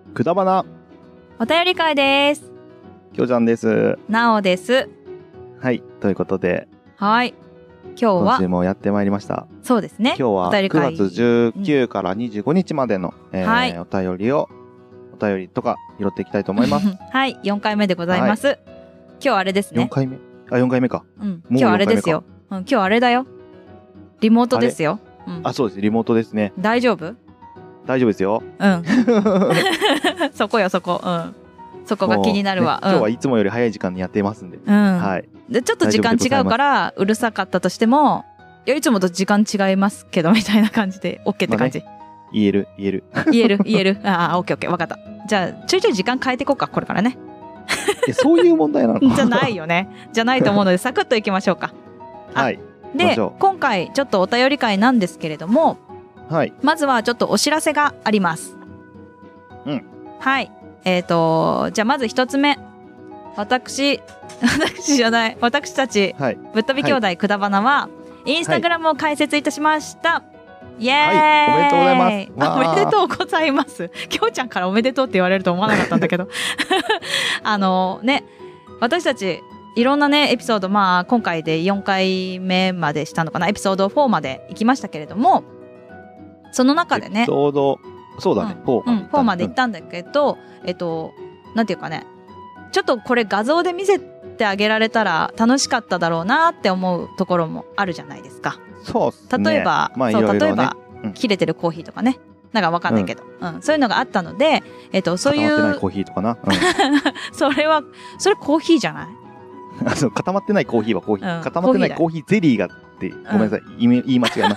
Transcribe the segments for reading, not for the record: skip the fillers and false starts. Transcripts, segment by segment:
くだばなお便り会です。 きょうちゃんです。 なおです。 はい、ということで、 はい。今日は今週もやってまいりました。 そうですね。 今日はお便り会 9月19から25日までの、 はい、 お便りとか拾っていきたいと思います。 はい、4回目でございます。はい、今日あれですね。 4回目あ、4回目か。 うん。今日あれですよ。うん、今日あれだよ。リモートですよ。 うん、あ、そうです。リモートですね。 大丈夫？ 大丈夫ですよ。 うん。そこよ、そこ。うん。そこが気になるわ。 ね、今日はいつもより早い時間にやってますんで。 うん。 はい。 で、ちょっと時間違うからうるさかったとしても、いや、いつもと時間違いますけど、みたいな感じで、OK って感じ。 まあね、言える。 ああ、OK、わかった。じゃあ、ちょいちょい時間変えていこうか、これからね。 そういう問題なの？ じゃないよね。じゃないと思うので、サクッといきましょうか。 はい。 で、今回、ちょっとお便り会なんですけれども、はい。まずはちょっとお知らせがあります。 うん。 はい。じゃあまず一つ目。私たち、はい、ぶっ飛び兄弟くだばなは、インスタグラムを開設いたしました。はい、イエーイ、 はい、おめでとうございます。 おめでとうございます。きょうちゃんからおめでとうって言われると思わなかったんだけど。ね、私たち、いろんなね、エピソード、まあ、今回で4回目までしたのかな、エピソード4まで行きましたけれども、その中でね、 エピソード、そうだね、 4まで行ったんだけど、なんていうかね、ちょっとこれ画像で見せてあげられたら楽しかっただろうなって思うところもあるじゃないですか。 そうっすね。 例えば、 まあ、 そう、 いろいろね、 例えば、切れてるコーヒーとかね。なんかわかんないけど、そういうのがあったので、そういう。 固まってないコーヒーとかな。 それコーヒーじゃない？ 固まってないコーヒーはコーヒー。固まってないコーヒーゼリーがって、ごめんなさい。言い間違えました。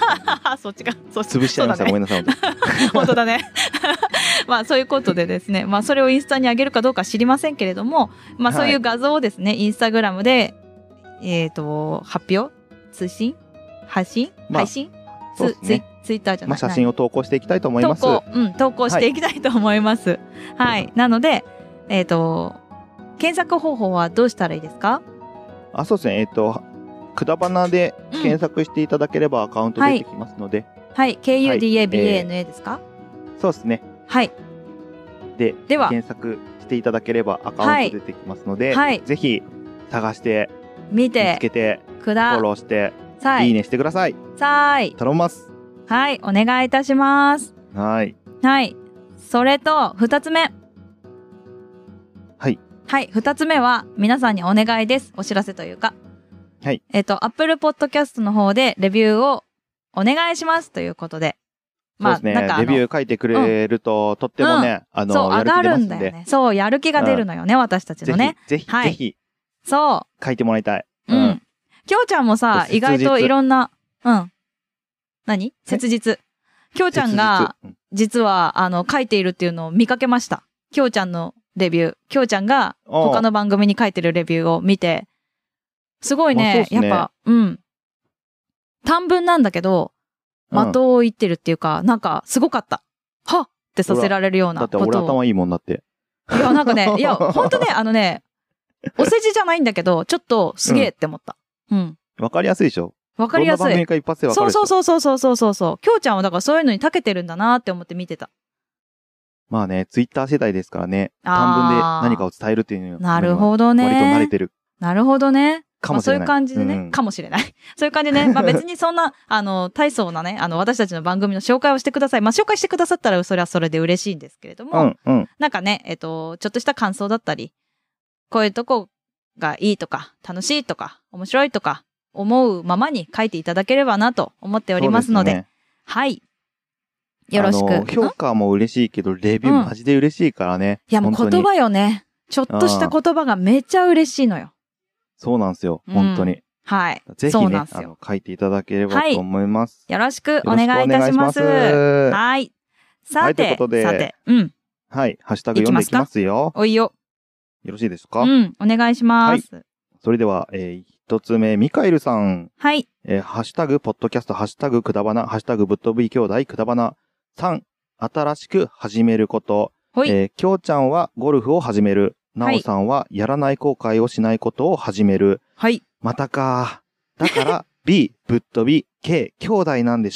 そっちか。 潰しちゃいました。ごめんなさい。 本当だね。まあそういうことでですね、まあそれをインスタに上げるかどうか知りませんけれども、まあそういう画像をですね、インスタグラムで、発表配信ツイッターじゃない。 写真を投稿していきたいと思います。 投稿していきたいと思います。はい。なので、検索方法はどうしたらいいですか？ あ、そうですね。くだばなで検索していただければアカウント出てきますので。 はい。KUDABANA ですか？ そうですね。 はい。 では、検索していただければアカウント出てきますので、ぜひ探して、見つけて、フォローして、いいねしてください。頼みます。 はい。お願いいたします。 はい。 はい。それと、二つ目。 はい。 はい。二つ目は、皆さんにお願いです。お知らせというか。 はい。 Apple Podcast の方でレビューをお願いしますということで。 まあ、そうですね。レビュー書いてくれると、とってもね、 そう、上がるんだよね。そう、やる気が出るのよね、私たちのね。 ぜひ。 そう。 書いてもらいたい。 きょうちゃんもさ、意外といろんな、何？切実。きょうちゃんが、実は、書いているっていうのを見かけました。きょうちゃんのレビュー。きょうちゃんが、他の番組に書いてるレビューを見て、すごいね、やっぱ、短文なんだけど、的を言ってるっていうか、なんか、すごかった。はっってさせられるようなことを。 だって俺頭いいもんだって。 いや、なんかね、いや、ほんとね、お世辞じゃないんだけど、ちょっとすげえって思った。 わかりやすいでしょ？ わかりやすい。 どんな番組か一発でわかるでしょ？ そう。きょうちゃんはだからそういうのに長けてるんだなって思って見てた。 まあね、ツイッター世代ですからね。短文で何かを伝えるっていうのは。 なるほどね。 割と慣れてる。 なるほどね。 かもしれない。 そういう感じでね。かもしれない。そういう感じでね。まあ別にそんな、大層なね、私たちの番組の紹介をしてください。まあ紹介してくださったらそれはそれで嬉しいんですけれども。なんかね、ちょっとした感想だったり、こういうとこがいいとか、楽しいとか、面白いとか、思うままに書いていただければなと思っておりますので。はい。よろしく。 評価も嬉しいけど、レビューマジで嬉しいからね。 いやもう言葉よね。ちょっとした言葉がめっちゃ嬉しいのよ。 そうなんですよ。本当に。 はい。 ぜひね、書いていただければと思います。 よろしくお願いいたします。はい。さて、 ということで、はい。ハッシュタグ読んでいきますよ。 おいよ。 よろしいですか？ お願いします。 それでは、一つ目、ミカエルさん。 はい。 ハッシュタグ、ポッドキャスト、ハッシュタグ、くだばな、ハッシュタグ、ぶっ飛び兄弟、くだばな。3、新しく始めること。きょうちゃんはゴルフを始める。なおさんはやらない後悔をしないことを始める。 はい。 またか。だから、B、ぶっ飛び、K、兄弟なんでしょ？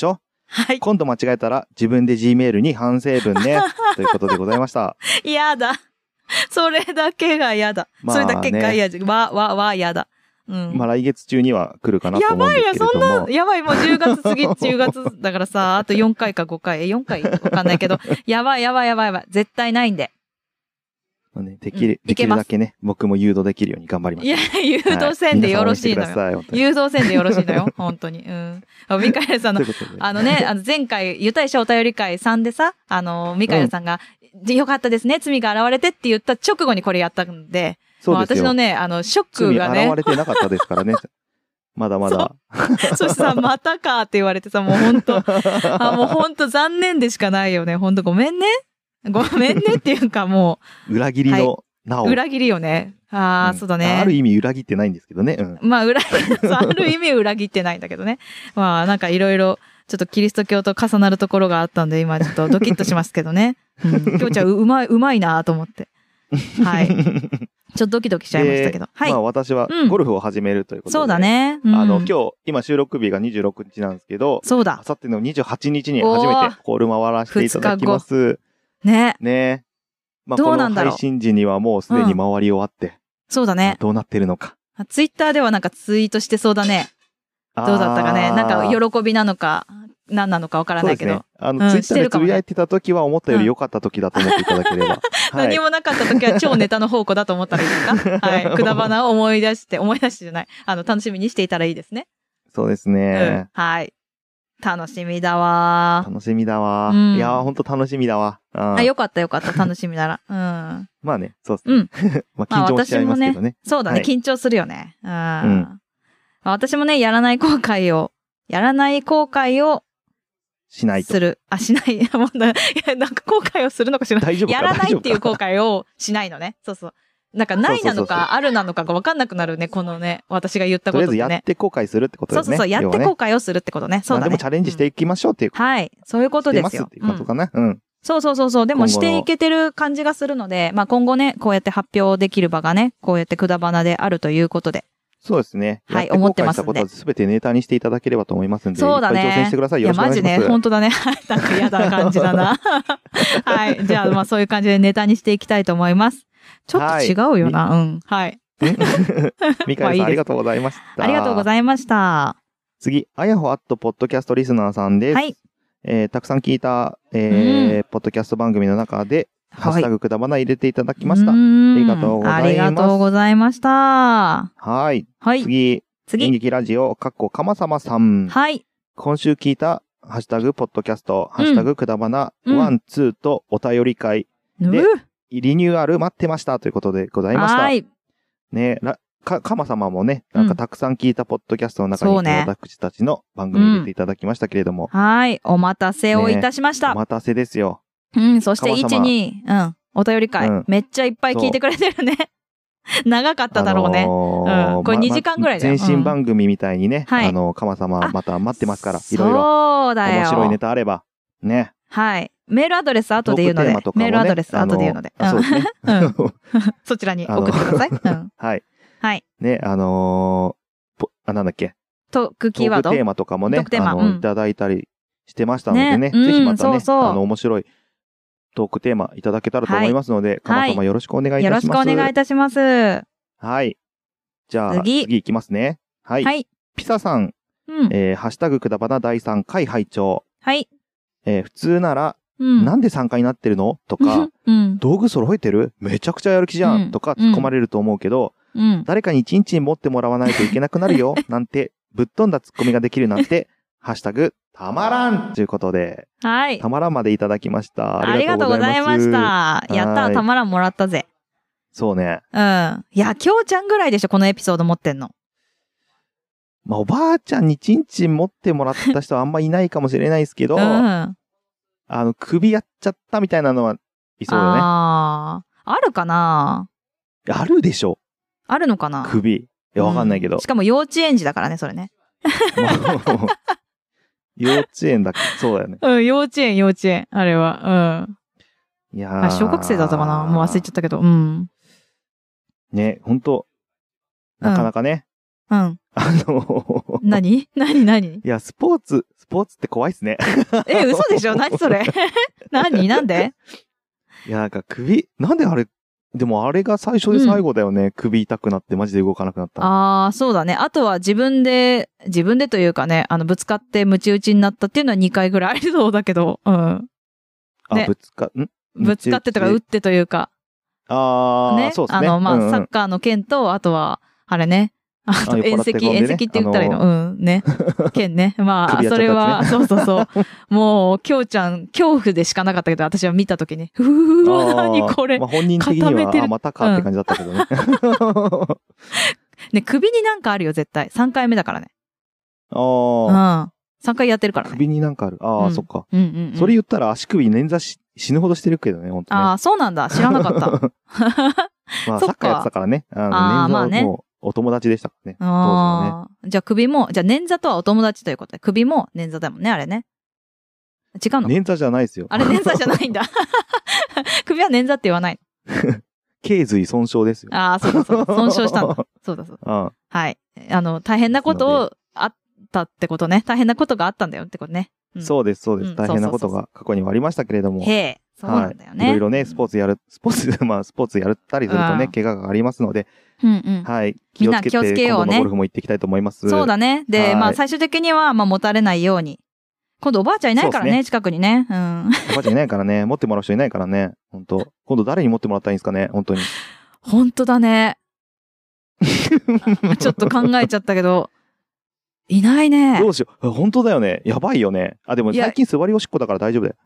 はい。 今度間違えたら自分で Gmail に反省文ね。ということでございました。 やだ。それだけがやだ。それだけがやだ。やだ。うん。 来月中には来るかなと思うんですけれども。 やばいよ、そんな、やばい、もう10月10月だからさ、あと4回か5回、4回わかんないけど、やばい。絶対ないんで。 できるだけね、僕も誘導できるように頑張ります。 いや、誘導せんでよろしいのよ。誘導せんでよろしいのよ、本当に。うん。ミカエルさんの、前回、ゆたいしお便り会3でさ、ミカエルさんが、よかったですね、罪が現れてって言った直後にこれやったんで、私のね、ショックがね。 罪現れてなかったですからね。まだまだ。 そしてさ、またかって言われてさ、もうほんと残念でしかないよね。ほんとごめんね。ごめんねっていうかもう。裏切りのなお。 裏切りよね。そうだね。 ある意味裏切ってないんですけどね。 ある意味裏切ってないんだけどね。なんかいろいろ、ちょっとキリスト教と重なるところがあったんで、今ちょっとドキッとしますけどね。きょうちゃんうまいなと思って。はい。ちょっとドキドキしちゃいましたけど。はい。 私はゴルフを始めるということで。 そうだね。 今収録日が26日なんですけど、 そうだ。 あさっての28日に初めてホール回らせていただきます。ね。 どうなんだろう。 配信時にはもうすでに回り終わって。 そうだね。 どうなってるのか。 ツイッターではなんかツイートしてそうだね。どうだったかね。なんか喜びなのか、何なのかわからないけど。 ツイッターでつぶやいてた時は思ったより良かった時だと思っていただければ。 何もなかった時は超ネタの宝庫だと思ったらいいですか？はい。くだばなを思い出してじゃない。楽しみにしていたらいいですね。 そうですね。 はい。楽しみだわ。 いやー、ほんと楽しみだわ。 よかった。楽しみなら。 まあね、そうですね。緊張しちゃいますけどね。 そうだね、緊張するよね。私もね、やらない後悔をしないと。 しない。なんか後悔をするのかしらない。やらないっていう後悔をしないのね。そう。なんかないなのかあるなのかが分かんなくなるね、このね、私が言ったことでね。 とりあえずやって後悔するってことですね。 そう、やって後悔をするってことね。そうだね。 でもチャレンジしていきましょうっていう。 はい。そういうことですよ。 してますっていうことかな。 そう。でもしていけてる感じがするので、今後ね、こうやって発表できる場がね、こうやってくだばなであるということで。 そうですね。 はい、思ってますんで。 やって後悔したことは全てネタにしていただければと思いますんで。 そうだね。 挑戦してください。よろしくお願いします。 いや、マジね。本当だね。なんか嫌な感じだな。はい。じゃあ、そういう感じでネタにしていきたいと思います。ちょっと違うよな。はい。 ミカエルさん、ありがとうございました。 ありがとうございました。 次、あやほポッドキャストリスナーさんです。はい。たくさん聞いた、ポッドキャスト番組の中で、ハッシュタグくだばな入れていただきました。ありがとうございます。 ありがとうございました。 はい。次。演劇ラジオ、かまさまさん。 はい。 今週聞いた、ハッシュタグポッドキャスト、ハッシュタグくだばな、1、2とお便り会で、リニューアル待ってましたということでございました。はい。ね、かま様もね、なんかたくさん聞いたポッドキャストの中に、私たちの番組入れていただきましたけれども。 はい。お待たせをいたしました。 お待たせですよ。 そして1、2、お便り会。めっちゃいっぱい聞いてくれてるね。長かっただろうね。これ2時間ぐらいだよ。 前身番組みたいにね、かま様また待ってますから、いろいろ。 そうだよ。 面白いネタあれば、ね。 はい。メールアドレス後で言うので。メールアドレス後で言うので。 そうですね。 そちらに送ってください。 はい。 はい。 ね、なんだっけ。 トークキーワード。 トークテーマとかもね、いただいたりしてましたのでね。ぜひまたね、面白いトークテーマいただけたらと思いますので、かま様よろしくお願いいたします。 よろしくお願いいたします。 はい。じゃあ、次いきますね。はい。ピサさん。ハッシュタグくだばな第3回拝聴。 はい。 普通なら、なんで3回になってるのとか、道具揃えてるめちゃくちゃやる気じゃんとか突っ込まれると思うけど、誰かに1日持ってもらわないといけなくなるよなんて、ぶっ飛んだ突っ込みができるなんて、ハッシュタグ、たまらんということで、はい。たまらんまでいただきました。 ありがとうございました。やったー、たまらんもらったぜ。 そうね。 いや、きょうちゃんぐらいでしょ、このエピソード持ってんの。 おばあちゃんにちんちん持ってもらった人はあんまいないかもしれないですけど、首やっちゃったみたいなのはいそうよね。 あるかな？ あるでしょ。 あるのかな？ 首。いや、わかんないけど。 しかも幼稚園児だからね、それね。 幼稚園だっけ？そうだよね。 幼稚園。あれは。 いやー。 小学生だったかな？もう忘れちゃったけど。 ね、ほんと、なかなかね。 何いや、スポーツって怖いっすね。 嘘でしょ？何それ？なんで？ いや、なんかなんであれ、でもあれが最初で最後だよね。首痛くなってマジで動かなくなった。 ああ、そうだね。あとは自分でというかね、ぶつかってムチ打ちになったっていうのは2回ぐらいありそうだけど、うん。ね、 ぶつかってとか打ってというか。ね。 そうですね。 サッカーの剣と、あとは、あれね。遠石って言ったらいいの。ね。剣ね。まあ、それは、そう。もう、きょうちゃん、恐怖でしかなかったけど、私は見たときに、何これ。 本人的には、またかって感じだったけどね。 ね、首になんかあるよ、絶対。3回目だからね。3回やってるからね。 首になんかある。そっか。 それ言ったら足首捻挫死ぬほどしてるけどね、本当に。 そうなんだ。知らなかった。 まあ、サッカーやってたからね。捻挫はもうお友達でしたからね。当時はね。じゃあ首も、捻挫とはお友達ということで、首も捻挫だもんね、あれね。違うの？ 捻挫じゃないですよ。 あれ捻挫じゃないんだ。首は捻挫って言わない。 頸髄損傷ですよ。 そう。損傷したんだ。そうだ。はい。大変なことあったってことね。大変なことがあったんだよってことね。 そうです。大変なことが過去にはありましたけれども。 そうなんだよね。 いろいろね、スポーツやったりするとね、怪我がありますので、はい。 みんな気をつけようね。 今度のゴルフも行っていきたいと思います。 そうだね。で、最終的には、持たれないように。今度おばあちゃんいないからね、近くにね。おばあちゃんいないからね、持ってもらう人いないからね。本当。今度誰に持ってもらったらいいんですかね、本当に。 本当だね。ちょっと考えちゃったけど。いないね。 どうしよう。本当だよね。やばいよね。でも最近座りおしっこだから大丈夫だよ。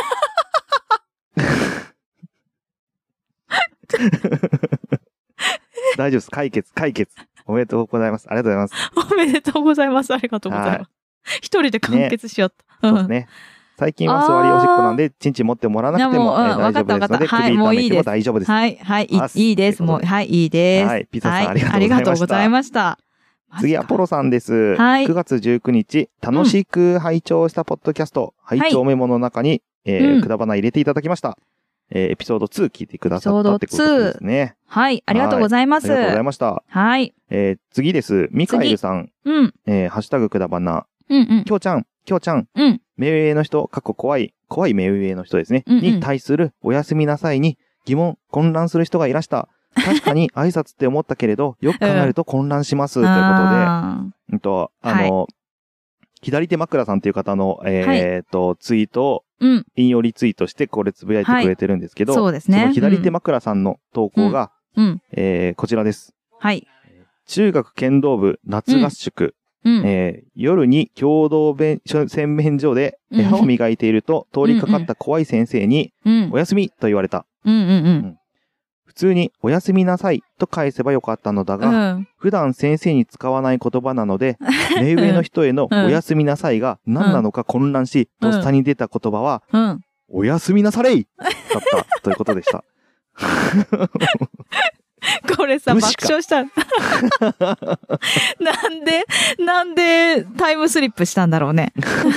大丈夫です。解決。おめでとうございます。ありがとうございます。 おめでとうございます。ありがとうございます。一人で完結しよった。 そうですね。最近は座りおしっこなんで、チンチン持ってもらわなくても大丈夫ですので、首痛めても大丈夫です。 はい、いいです。もう、いいです。 はい、ピザさんありがとうございました。 ありがとうございました。 次、アポロさんです。9月19日、楽しく拝聴したポッドキャスト、拝聴メモの中に、くだばな入れていただきました。エピソード2聞いてくださったってことですね。 はい、ありがとうございます。 ありがとうございました。 はい。 次です。ミカエルさん。ハッシュタグくだばな。きょうちゃん。目上の人、怖い目上の人ですね。に対するおやすみなさいに疑問、混乱する人がいらした。確かに挨拶って思ったけれど、よく考えると混乱します。ということで、左手枕さんという方の、ツイートを、引用リツイートしてこれつぶやいてくれてるんですけど、 そうですね。 その左手枕さんの投稿が、こちらです。 はい。 中学剣道部夏合宿。夜に共同洗面所で歯を磨いていると通りかかった怖い先生に、おやすみと言われた。普通におやすみなさいと返せばよかったのだが、普段先生に使わない言葉なので、目上の人へのおやすみなさいが何なのか混乱し、とっさに出た言葉は、おやすみなされいだったということでした。 これさ、爆笑した。なんでタイムスリップしたんだろうね。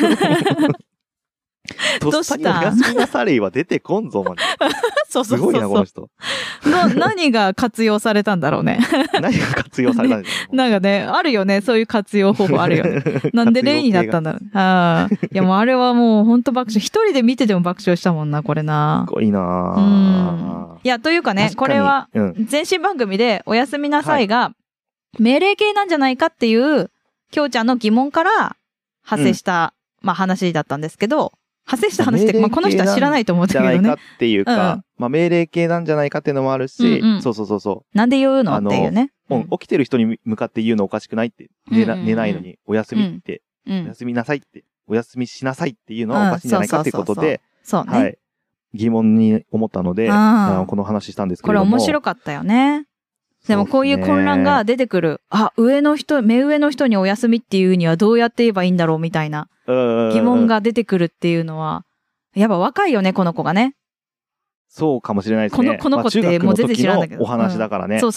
とっさにおやすみなされいは出てこんぞ、まで。すごいな、この人。 何が活用されたんだろうね。 何が活用されたんですか？ なんかね、あるよね。そういう活用方法あるよね。なんで例になったんだろうね。いや、もうあれはもうほんと爆笑。一人で見てても爆笑したもんな、これな。 すごいないや、というかね、これは、前身番組でおやすみなさいが、命令形なんじゃないかっていう、きょうちゃんの疑問から派生した、話だったんですけど、派生した話って、この人は知らないと思うんだけどね。 じゃないかっていうか、命令形なんじゃないかっていうのもあるし、そう。 なんで言うのっていうね。 起きてる人に向かって言うのおかしくないって、寝ないのに、おやすみって、おやすみなさいって、おやすみしなさいっていうのはおかしいんじゃないかっていうことで、はい。疑問に思ったので、この話したんですけれども。 これ面白かったよね。でもこういう混乱が出てくる。目上の人にお休みっていうにはどうやって言えばいいんだろうみたいな疑問が出てくるっていうのは、やっぱ若いよね、この子がね。 そうかもしれないですね。 この子ってもう全然知らんだけど。 お話だからね。 そう。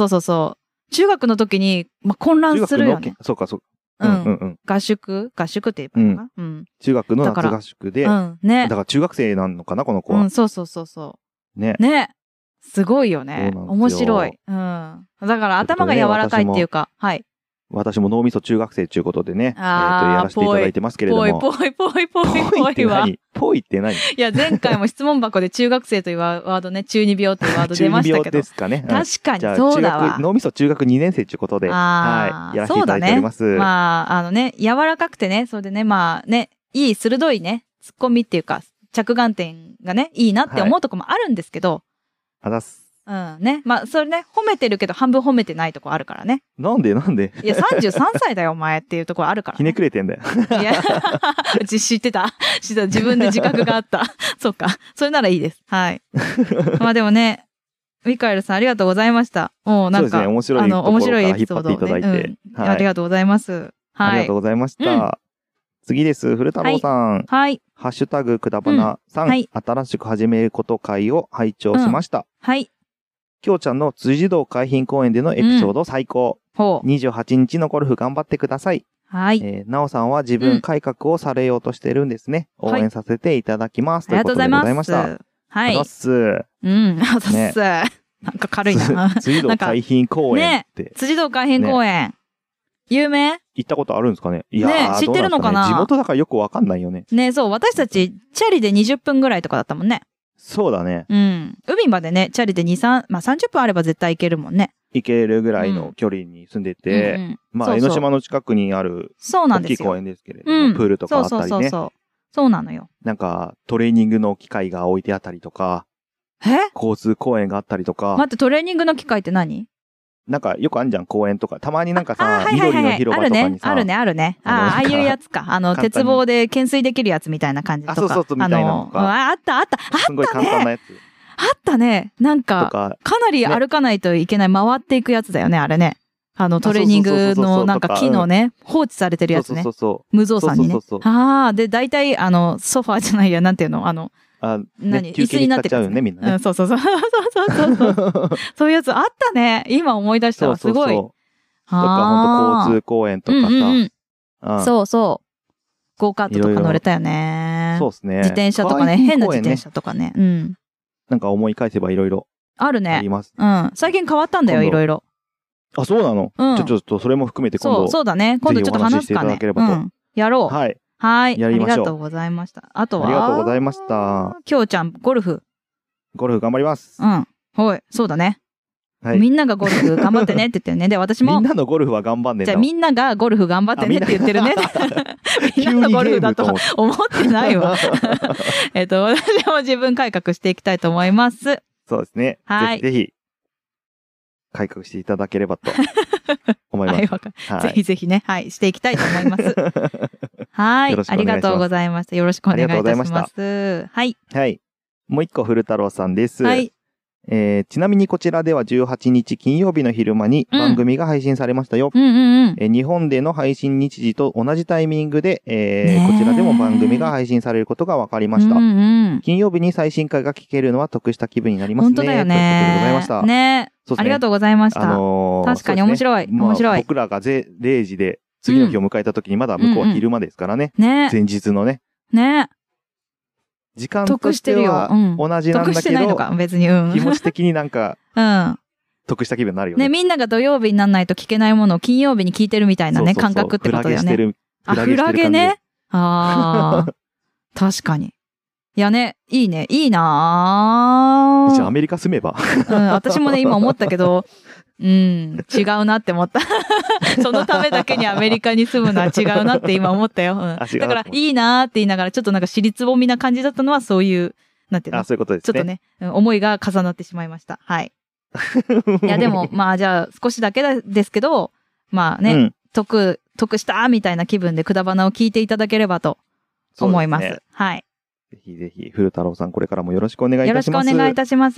中学の時に、混乱するよね。 そうか。 合宿って言えばいいのかな？ 中学の夏合宿で、だから中学生なのかな、この子は。 そう。 ね。 すごいよね。面白い。だから頭が柔らかいっていうか、はい。 私も脳みそ中学生ということでね、やらせていただいてますけれども。 ぽいわ。 ぽいって何？ いや、前回も質問箱で中学生というワードね、中二病というワード出ましたけど。 中二病ですかね。 確かに、そうだわ。 脳みそ中学2年生ということで、はい、やらせていただいております。 ね、まあ、柔らかくてね、それでね、まあね、いい鋭いね、ツッコミっていうか、着眼点がね、いいなって思うとこもあるんですけど。 あざっす。 うんね。まあ、それね、褒めてるけど半分褒めてないとこあるからね。 なんでいや、 33歳だよ、お前っていうところあるから、ね。 ひねくれてんだよ。 いや、知ってた。自分で自覚があった。そうか。それならいいです。はい。まあでもね、ミカエルさんありがとうございました。もうなんか、 そうですね、面白いエピソードを引っ張っていただいて、 はい。ありがとうございます。はい。 ありがとうございました。次です。古太郎さん。 はい。 ハッシュタグくだばなさん、はい。新しく始めること会を拝聴しました。 はい。 きょうちゃんの辻堂海浜公園でのエピソード最高。28日のゴルフ頑張ってください。 はい。 なおさんは自分改革をされようとしてるんですね。応援させていただきます。 ありがとうございました。はい。 ありがとうございます。 あざっす。なんか軽いな。 辻堂海浜公園って。 辻堂海浜公園。有名？ 行ったことあるんですかね？いやー、知ってるのかな？ 地元だからよくわかんないよね。 ね、そう、私たち、チャリで20分ぐらいとかだったもんね。 そうだね。 うん。海までね、チャリで2、3、まあ30分あれば絶対行けるもんね。 行けるぐらいの距離に住んでて、まあ江ノ島の近くにある、大きい公園ですけれども、プールとかあったりね。 そうなのよ。 なんか、トレーニングの機械が置いてあったりとか、交通公園があったりとか。 待って、トレーニングの機械って何？ なんか、よくあんじゃん、公園とか。たまになんかさ、緑の広場とかにさ。 あるね。ああいうやつか。鉄棒で懸垂できるやつみたいな感じとか。 そう、みたいなのか。 あった。 すごい簡単なやつ。 あったね。なんか、かなり歩かないといけない、回っていくやつだよね、あれね。トレーニングのなんか木のね、放置されてるやつね。無造作にね。で、大体、ソファーじゃないや、なんていうの椅子になってるやつね、みんなね。そう。そういうやつあったね。今思い出したわ。すごい。とか、ほんと交通公園とかさ。 そう。ゴーカートとか乗れたよね。 そうですね。 自転車とかね、変な自転車とかね。 なんか思い返せばいろいろ。 あるね。 あります。 最近変わったんだよ、いろいろ。 あ、そうなの？ちょっとそれも含めて今度。 そうだね。今度ちょっと話すかね。やろう。 はい。 はい。ありがとうございました。あとは？ ありがとうございました。 きょうちゃん、ゴルフ頑張ります。 はい。そうだね。みんながゴルフ頑張ってねって言ってるね。で、私も。 みんなのゴルフは頑張んねん。 じゃあみんながゴルフ頑張ってねって言ってるね。みんなのゴルフだとは思ってないわ。私も自分改革していきたいと思います。 そうですね。はい。ぜひ、改革していただければと思います。 ぜひぜひね、はい、していきたいと思います。はい。ありがとうございました。よろしくお願いいたします。はい。 はい。もう一個、古太郎さんです。はい。ちなみにこちらでは18日金曜日の昼間に番組が配信されましたよ。日本での配信日時と同じタイミングで、こちらでも番組が配信されることが分かりました。金曜日に最新回が聞けるのは得した気分になりますね。 本当だよね。 ということでございました。 ね。ありがとうございました。確かに面白い。面白い。 僕らが0時で次の日を迎えた時にまだ向こうは昼間ですからね。前日のね。 ね。 時間としては同じなんだけど、得してないのか、 別に。 気持ち的になんか、得した気分になるよね。 ね、みんなが土曜日にならないと聞けないものを金曜日に聞いてるみたいなね、感覚ってことだよね。フラゲね。確かに。いやね、いいね、いいなじゃあアメリカ住めば。 私もね、今思ったけど、違うなって思った。そのためだけにアメリカに住むのは違うなって今思ったよ。だから、いいなーって言いながら、ちょっとなんか尻つぼみな感じだったのは、そういう、なんていうの？ そういうことですね。 ちょっとね、思いが重なってしまいました。はい。いや、でも、まあ、じゃあ、少しだけですけど、まあね、得したみたいな気分でくだばなを聞いていただければと思います。はい。 ぜひぜひ、古太郎さん、これからもよろしくお願いいたします。 よろしくお願いいたします。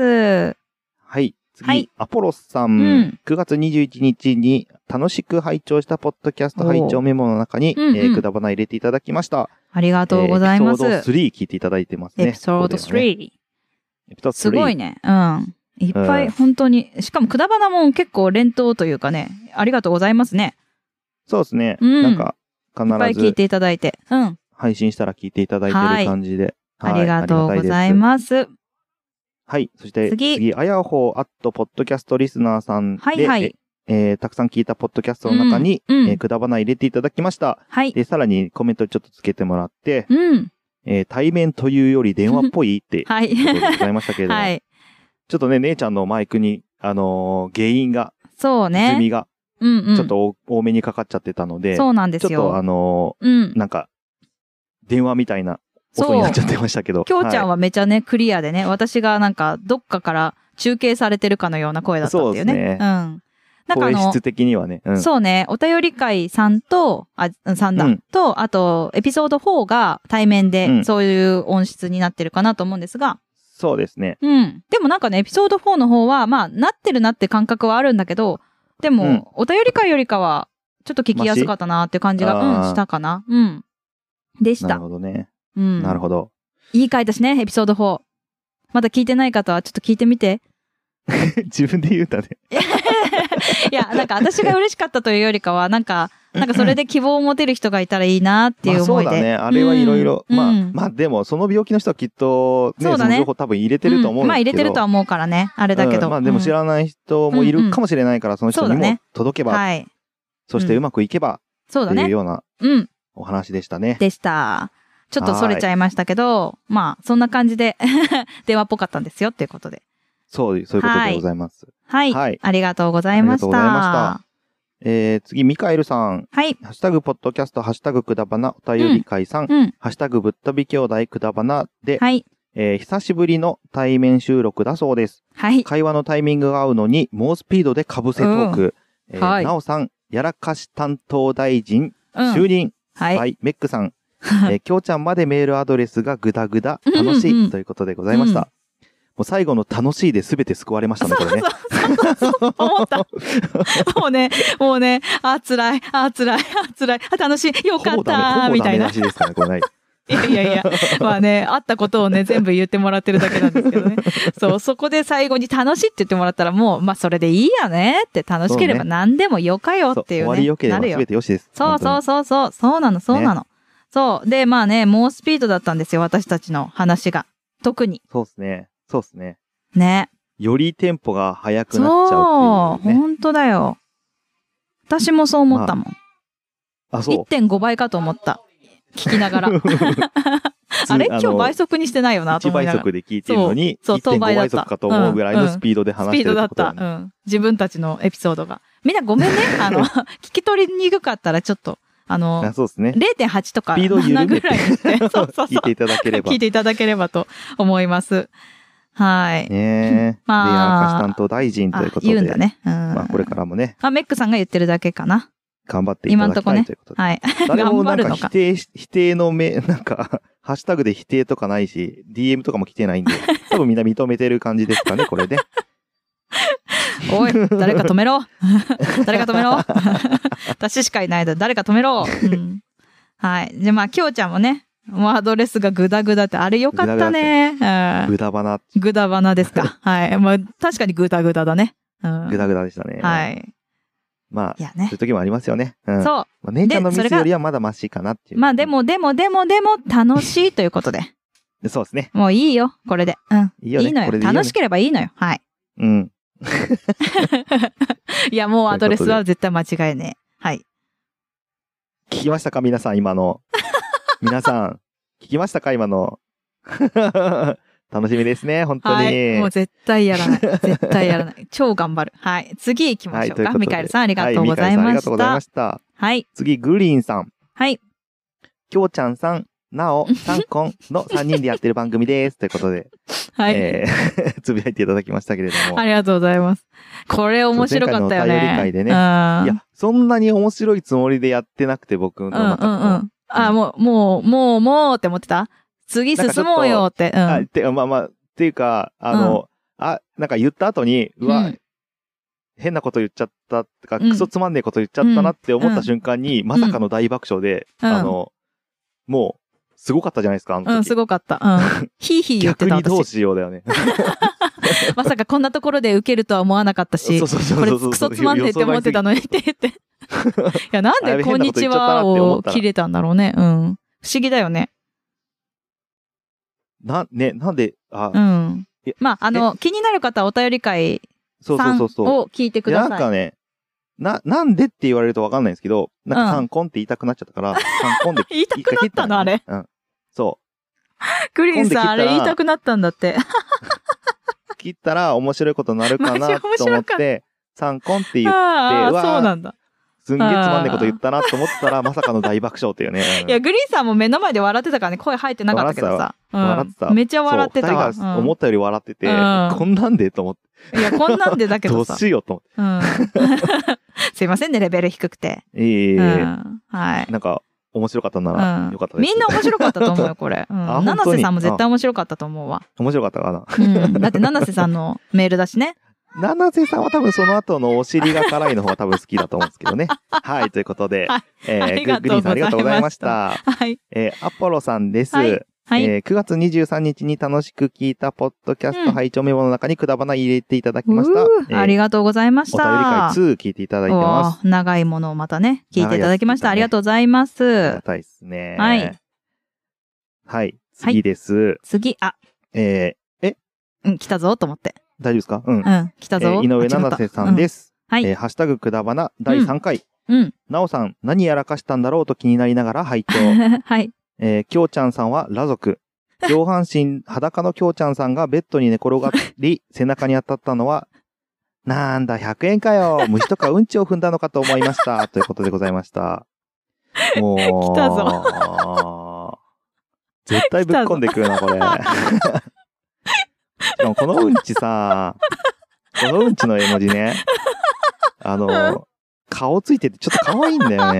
はい。次、アポロさん、9月21日に楽しく拝聴したポッドキャスト拝聴メモの中に、くだばな入れていただきました。 ありがとうございます。 エピソード3聞いていただいてますね。 エピソード3。すごいね。いっぱい、本当に。しかも、くだばなも結構連投というかね、ありがとうございますね。 そうですね。なんか、必ず。 いっぱい聞いていただいて。 配信したら聞いていただいてる感じで。 ありがとうございます。 はい。そして、次、あやほーポッドキャストリスナーさんで、 たくさん聞いたポッドキャストの中に、くだばな入れていただきました。 はい。 で、さらにコメントちょっとつけてもらって、 うん。 対面というより電話っぽいって、 はい。 ことでございましたけれども。はい。ちょっとね、姉ちゃんのマイクに、原因が、 そうね。 歪みが、ちょっと多めにかかっちゃってたので、 そうなんですよ。 ちょっとなんか、電話みたいな音になっちゃってましたけど。 きょうちゃんはめちゃね、クリアでね、私がなんか、どっかから中継されてるかのような声だったっていうね。そうですね。うん。なんか声質的にはね。 そうね、お便り会さんと、さんだ、と、あと、エピソード4が対面で、そういう音質になってるかなと思うんですが。 そうですね。 うん。でもなんかね、エピソード4の方は、まあ、なってるなって感覚はあるんだけど、でも、お便り会よりかは、ちょっと聞きやすかったなっていう感じが、したかな。うん。でした。 なるほどね。うん。なるほど。 いい回だしね、エピソード4。まだ聞いてない方は、ちょっと聞いてみて。 自分で言うたね。 いや、なんか私が嬉しかったというよりかは、なんかそれで希望を持てる人がいたらいいなっていう思いで。 そうだね。あれはいろいろ。まあでも、その病気の人はきっと、ね、その情報多分入れてると思うんですけど。 まあ入れてるとは思うからね。あれだけど。 まあでも知らない人もいるかもしれないから、その人にも届けば。はい。そしてうまくいけば。そうだね。というような、お話でしたね。 でした。ちょっとそれちゃいましたけど、まあ、そんな感じで電話っぽかったんですよっていうことで。 そういうことでございます。 はい。はい。ありがとうございました。ありがとうございました。次、ミカエルさん。 はい。 ハッシュタグポッドキャスト、ハッシュタグくだばな、お便り会さん。ハッシュタグぶっ飛び兄弟くだばなで、はい。久しぶりの対面収録だそうです。はい。会話のタイミングが合うのに、猛スピードで被せトーク。はい。なおさん、やらかし担当大臣、就任。はい。はい。メックさん。きょうちゃんまでメールアドレスがぐだぐだ、楽しいということでございました。もう最後の楽しいで全て救われましたね、これね。 そう思った。もうね、辛い、楽しい、よかった、みたいな。 ほぼダメ出しですからね、これない。 いや、まあね、あったことをね、全部言ってもらってるだけなんですけどね。そう、そこで最後に楽しいって言ってもらったらもう、まあそれでいいやねって、楽しければ何でもよかよっていうね。 終わりよければ全てよしです。 そうなの。そう。で、まあね、猛スピードだったんですよ、私たちの話が。特に。 そうですね。 ね。 よりテンポが速くなっちゃうっていう、ね。 そう、本当だよ。私もそう思ったもん。 そう。 1.5 倍かと思った。聞きながら。あれ今日倍速にしてないよなと思いながら。 1倍速で聞いてるのに、1.5 倍速かと思うぐらいのスピードで話してるってことだね。 スピードだった。自分たちのエピソードが。みんなごめんね。聞き取りにくかったらちょっと、 そうですね。 0.8 とか 7ぐらいにして、 聞いていただければ。 聞いていただければと思います。はい。 ねえ。まあ。で、やらかし担当大臣ということで。 言うんだね。 まあ、これからもね。 メックさんが言ってるだけかな。 頑張っていただきたいということで。 はい。 誰もなんか否定のなんか、ハッシュタグで否定とかないし、DM とかも来てないんで、多分みんな認めてる感じですかね、これで。 おい、誰か止めろ。私しかいないだ、誰か止めろ。はい。で、まあ、きょうちゃんもね、アドレスがグダグダって、あれよかったね。 グダバナ。 グダバナですか。はい。まあ、確かにグダグダだね。 グダグダでしたね。 はい。 まあ、そういう時もありますよね。 そう。 まあ、姉ちゃんのミスよりはまだマシかなっていう。 まあ、でも、楽しいということで。 そうですね。 もういいよ、これで。いいよね。いいのよ。楽しければいいのよ。はい。いや、もうアドレスは絶対間違いねえ。はい。 聞きましたか皆さん、今の。皆さん、聞きましたか今の。楽しみですね、本当に。はい。 もう絶対やらない。超頑張る。はい。次行きましょうか。ミカエルさん、ありがとうございました。ありがとうございました。はい。 次、グリーンさん。 はい。 きょうちゃんさん、なお、さんこんの3人でやってる番組です。ということで。 はい。 つぶやいていただきましたけれども。 ありがとうございます。これ面白かったよね。 前回のお便り会でね。いや、そんなに面白いつもりでやってなくて、僕の中で。 もうって思ってた？次進もうよって。まあ、っていうか、なんか言った後に、変なこと言っちゃったとか、クソつまんねえこと言っちゃったなって思った瞬間に、まさかの大爆笑で、もう、すごかったじゃないですか、あの時。 すごかった。ヒーヒー言ってた。 逆にどうしようだよね。 まさかこんなところで受けるとは思わなかったし、これクソつまんねえって思ってたのにって言って。いや、なんでこんにちはを切れたんだろうね。不思議だよね。 なんで、 まあ、気になる方はお便り会さんを聞いてください。 なんかね、 なんでって言われるとわかんないんですけど、なんかサンコンって言いたくなっちゃったから、サンコンで言いたくなったのあれ。 うん。そグリーンさん、あれ言いたくなったんだって。 切ったら面白いことになるかなと思って、サンコンって言ってそうなんだ。 すんげえつまんねえこと言ったなと思ったら、まさかの大爆笑っていうね。 いや、グリーンさんも目の前で笑ってたからね、声入ってなかったけどさ。 笑ってた。 めっちゃ笑ってたわ。 二人が思ったより笑ってて、こんなんでと思って。 いや、こんなんでだけどさ。 どうしようと思って。 すいませんね、レベル低くて。はい。 なんか、面白かったならよかったです。 みんな面白かったと思うよ、これ。七瀬さんも絶対面白かったと思うわ。 面白かったかな。 だって七瀬さんのメールだしね。 七瀬さんは多分その後のお尻が辛いの方が多分好きだと思うんですけどね。はい、ということで、グリーンさんありがとうございました。 はい。 アポロさんです。9月23日に楽しく聞いたポッドキャスト拝聴メモの中にくだばな入れていただきました。 ありがとうございました。 お便り会2聞いていただいてます。 長いものをまたね、聞いていただきました。ありがとうございます。 ありがたいですね。はい。はい。次です。 次、来たぞと思って。 大丈夫ですか？うん。 来たぞ。 井上七瀬さんです。はい。ハッシュタグくだばな第3回。なおさん、何やらかしたんだろうと気になりながら拝聴。 はい。 きょうちゃんさんは裸族。上半身裸のきょうちゃんさんがベッドに寝転がり、背中に当たったのは、なんだ、100円かよ。虫とかうんちを踏んだのかと思いました。ということでございました。もう。 来たぞ。 絶対ぶっこんでくるな、これ。しかもこのうんちさ、このうんちの絵文字ね、顔ついててちょっと可愛いんだよね。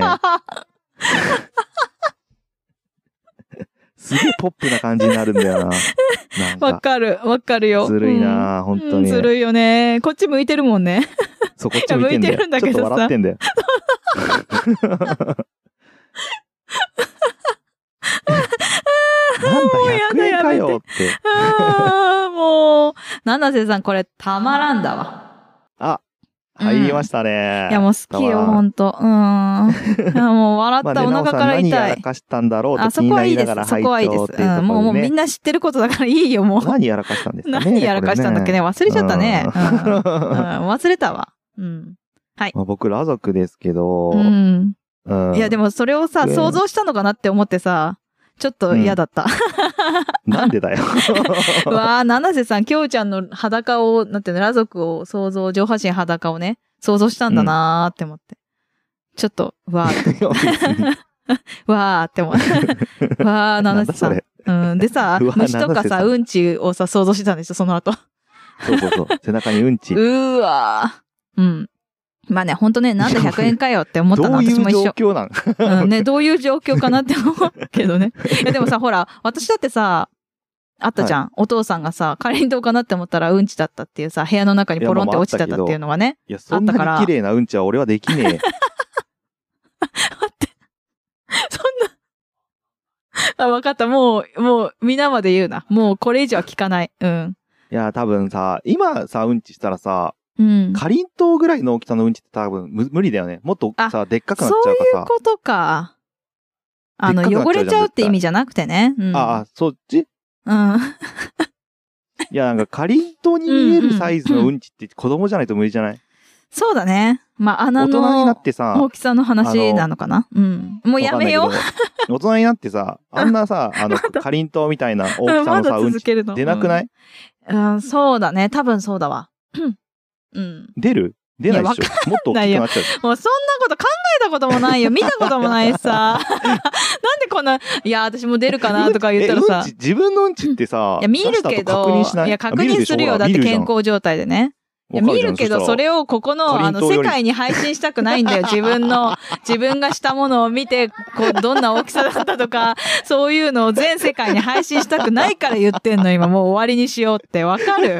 すげえポップな感じになるんだよな。 わかるよ。 ずるいな、本当に。 ずるいよね。こっち向いてるもんね。 そう、こっち向いてんだよ。ちょっと笑ってんだよ。なんだ、100円かよって。 もう、七瀬さんこれたまらんだわ。 入りましたね。 いやもう好きよ、ほんと。もう笑った、お腹から痛い。 何やらかしたんだろうと気になりながらそこはいいです。もうみんな知ってることだからいいよ、もう。 何やらかしたんですかね。 何やらかしたんだっけね。忘れちゃったね。忘れたわ。はい。 僕、裸族ですけど。 いや、でもそれをさ、想像したのかなって思ってさ、ちょっと嫌だった。 なんでだよ。 うわぁ、七瀬さん、きょうちゃんの裸を、なんていうの、裸族を上半身裸をね、想像したんだなーって思って。ちょっと、わーって。わーって思って。わー、七瀬さん。でさ、虫とかさ、うんちをさ、想像してたんですよ、その後。 そう。背中にうんち。 わー。まあね、ほんとね、なんで100円かよって思ったの、私も一緒。 どういう状況なんね、どういう状況かなって思うけどね。いやでもさ、ほら、私だってさ、あったじゃん。お父さんがさ、かりんとうかなって思ったらうんちだったっていうさ、部屋の中にポロンって落ちてたっていうのがね。 いや、そんなに綺麗なうんちは俺はできねえ。待って。そんな。わかった。もう、皆まで言うな。もうこれ以上は聞かない。 いや、多分さ、今さ、うんちしたらさ、かりんとうぐらいの大きさのうんちって多分無理だよね。もっとさ、でっかくなっちゃうからさ。 そういうことか。汚れちゃうって意味じゃなくてね。 そっち？いや、なんかかりんとうに見えるサイズのうんちって子供じゃないと無理じゃない？ そうだね。まあ、穴の大きさの話なのかな。もうやめよう。 大人になってさ、あんなさ、かりんとうみたいな大きさのさ、うんち出なくない？ そうだね。多分そうだわ。 出ないでしょ。もっと大きくなっちゃう。 もうそんなこと考えたこともないよ。見たこともないしさ。なんでこんな、いや、私も出るかなとか言ったらさ。 自分のうんちってさ、 いや、見るけど、いや、確認するよ。だって健康状態でね。いや見るけど、それをここの、世界に配信したくないんだよ。自分がしたものを見て、どんな大きさだったとか、そういうのを全世界に配信したくないから言ってんの、今。もう終わりにしようって。わかる？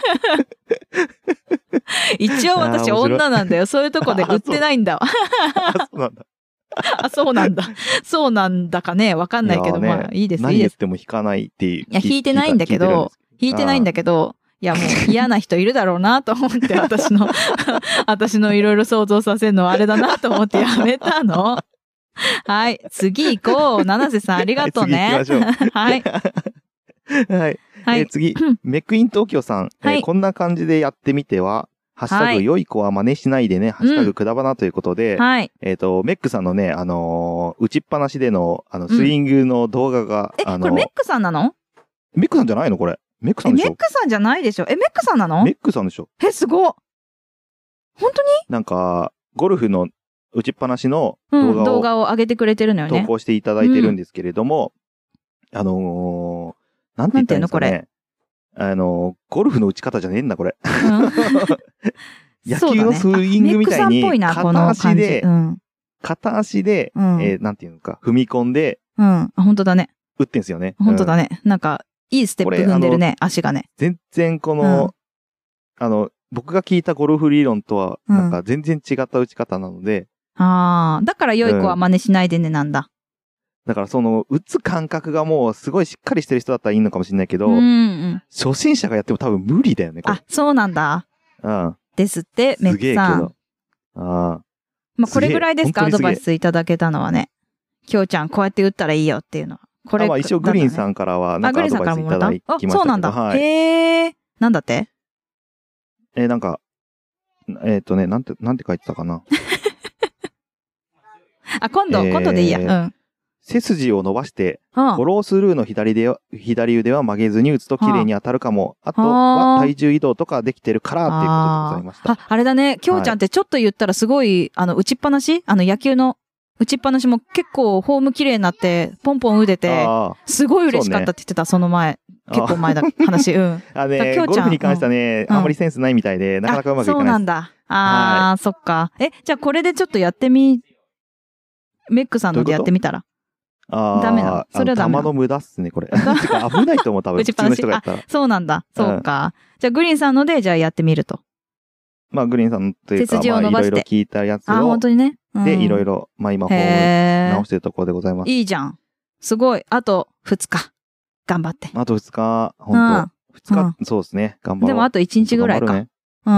一応私女なんだよ。そういうとこで売ってないんだわ。 そうなんだ。 そうなんだ。そうなんだかね。わかんないけど、まあいいです。 何言っても引かないっていう。 いや、引いてないんだけど、いや、もう嫌な人いるだろうなと思って、私のいろいろ想像させるのはあれだなと思ってやめたの。はい。次行こう。七瀬さんありがとうね。 次行きましょう。 はい。 はい。次、メクイン東京さん。こんな感じでやってみては、 ハッシュタグ、良い子は真似しないでね、ハッシュタグ、くだばなということで、 はい。 メックさんのね、打ちっぱなしでの、スイングの動画が、 これメックさんなの？ メックさんじゃないのこれ。メックさんでしょ？ メックさんじゃないでしょ？メックさんなの？ メックさんでしょ？ すごっ。本当に？ なんか、ゴルフの打ちっぱなしの動画を上げてくれてるのよね。 投稿していただいてるんですけれども、なんて言ったらいいんですかね。ゴルフの打ち方じゃねえんだ、これ。野球のスイングみたいに、片足で、なんていうのか、踏み込んで、 本当だね。 打ってんすよね。 本当だね。なんか、いいステップ踏んでるね、足がね。 全然この、僕が聞いたゴルフ理論とは、なんか全然違った打ち方なので。 だから良い子は真似しないでねなんだ。 だから打つ感覚がもうすごいしっかりしてる人だったらいいのかもしれないけど、初心者がやっても多分無理だよね、これ。 そうなんだ。ですって、メックさん。 すげえけど。 これぐらいですか、アドバイスいただけたのはね。きょうちゃん、こうやって打ったらいいよっていうのは。これ。 一応グリーンさんからは、なんかアドバイスいただきましたけど。 そうなんだ。なんだって？ なんか、なんて書いてたかな。 今度でいいや。 背筋を伸ばして、フォロースルーの左腕は曲げずに打つと綺麗に当たるかも。あとは体重移動とかできてるからっていうことでございました。 あれだね、きょうちゃんってちょっと言ったらすごい、打ちっぱなし？野球の打ちっぱなしも結構フォーム綺麗になって、ポンポン打てて、すごい嬉しかったって言ってた、その前。結構前だ、話。ゴルフに関してはね、あんまりセンスないみたいで、なかなかうまくいかない。 そうなんだ。そっか。じゃあこれでちょっとやってメックさんのでやってみたら。ダメなの？それはダメなの？ 球の無駄っすね、これ。危ないと思う、多分。普通の人がやったら。 そうなんだ。そうか。じゃあグリーンさんので、じゃあやってみると。 グリーンさんというか、いろいろ聞いたやつを。 本当にね。 で、いろいろ、今、直してるところでございます。 いいじゃん。すごい。あと2日。頑張って。 あと2日、本当2日、そうですね。頑張ろう。 でもあと1日ぐらいか。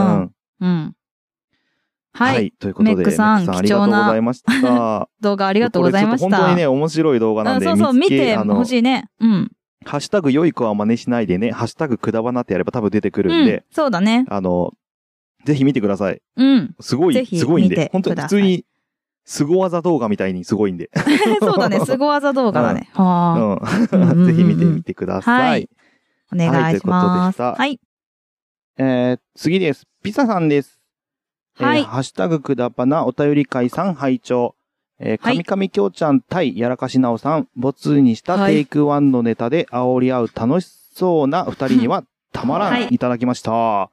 はい。 ということで、メックさん、貴重な動画ありがとうございました。 本当にね、面白い動画なんで、 見てほしいね。 ハッシュタグ良い子は真似しないでね、ハッシュタグくだばなってやれば多分出てくるんで。 そうだね。 ぜひ見てください。すごいんで。本当に普通に、凄技動画みたいにすごいんで。 そうだね、凄技動画だね。 ぜひ見てみてください。 お願いします。はい。 次です。ピサさんです。ハッシュタグくだばなお便り会さん拝聴。神々きょうちゃん対やらかしなおさん、没にしたテイクワンのネタで煽り合う楽しそうな二人にはたまらんいただきました。はい、